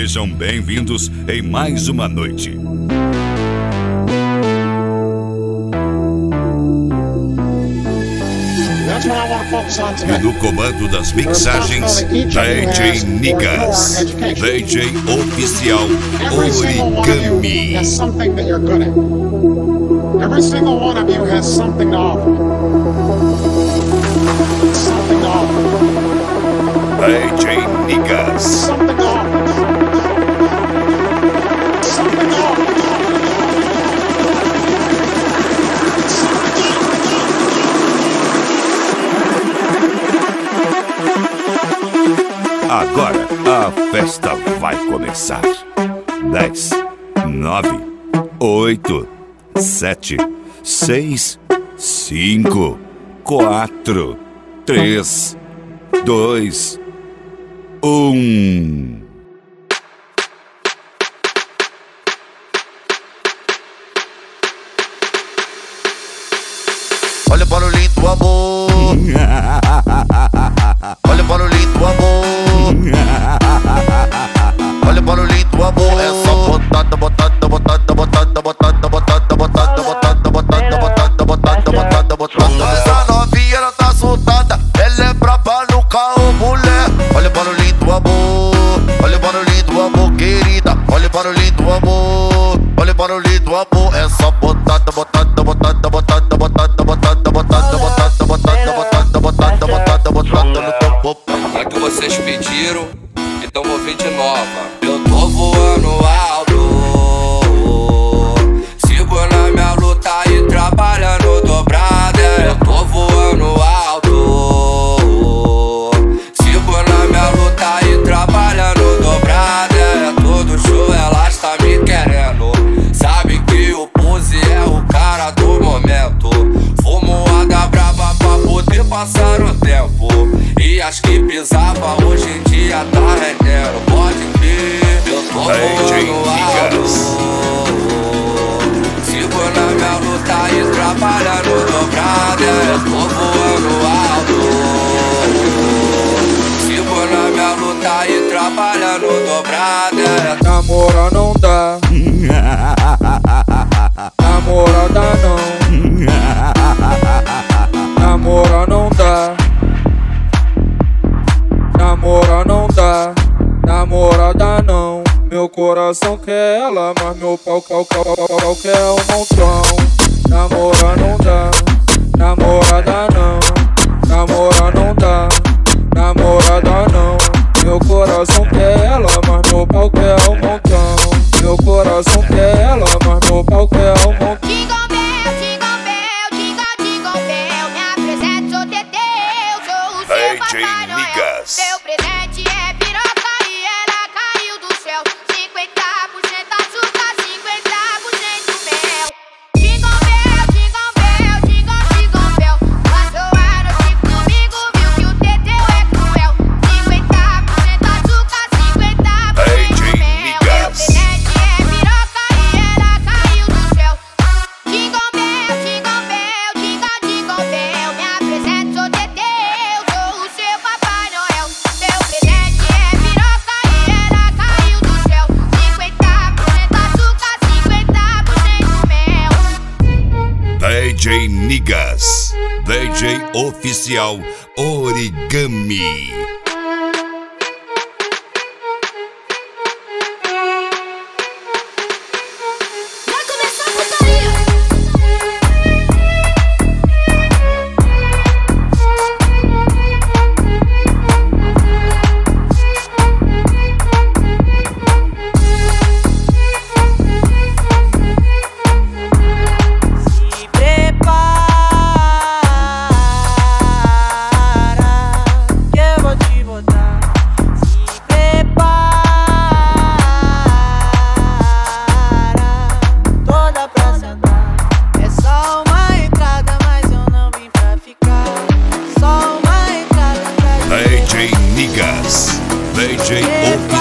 Sejam bem-vindos em mais uma noite. E no comando das mixagens, DJ Nigas, DJ oficial Origami. Every single one of you has something to offer. Something to offer. DJ Nigas. Something to offer. Something to offer. Agora a festa vai começar. 10, 9, 8, 7, 6, 5, 4, 3, 2, 1. Olha o barulhinho do amor. Olha o barulhinho do amor. Olha o barulhinho do amor. É só botada, botada, botada, botada, botada, botada, botada, botada, botada, botada, botada, botada, botada. Essa novinha ela tá soltada, ela é braba no carro, mulher. Olha o barulhinho do amor. Olha o barulhinho do amor, querida. Olha o barulhinho do amor. Olha o barulhinho do amor. É só botada, botada, botada, botada, botada, botada, botada, botada, botada, botada, botada, botada, botada no teu popô. É que vocês pediram, então vou vir de nova. Eu tô voando alto, sigo na minha luta e trabalhando dobrada. Eu tô voando alto, sigo na minha luta e trabalhando dobrada. É todo show, ela está me querendo. Sabe que o Pose é o cara do momento. Fumoada brava pra poder passar o tempo. E as que pisava hoje em dia tá rendendo. Pode crer, eu tô voando alto, sigo na minha luta e trabalhando dobrada. Eu tô voando alto, sigo na minha luta e trabalhando dobrada. Namora não dá, namorada não, namora não dá, namora não dá, namorada não. Meu coração quer ela, mas meu pau quer um montão. Namora não dá, namorada não, namora não dá, namorada não. Meu coração quer ela, mas meu pau quer um montão. Meu coração quer ela, mas meu pau quer um montão. Jingle bell, jingle bell, jingle, jingle bell. Me apresento, sou Teteu, sou o seu Papai Noel. Seu presente é piroca e ela caiu do céu. 50% açúcar, 50% mel. Jingle bell, jingle bell, jingle, jingle bell. Passou a noite comigo, viu que o Teteu é cruel. 50% açúcar, 50% mel. Meu presente é piroca e ela caiu do céu. Jingle bell, jingle bell, jingle, jingle bell. Me apresento, sou Teteu, sou o seu Papai Noel. Seu presente é piroca e ela caiu do céu. 50% açúcar, 50% mel. DJ Nigas, DJ oficial Origami. Vai começar a putaria. Se prepara, que eu vou te botar. Se prepara, toda pra sentar. É só uma entrada, mas eu não vim pra ficar. Só uma entrada pra DJ Nigas, DJ oficial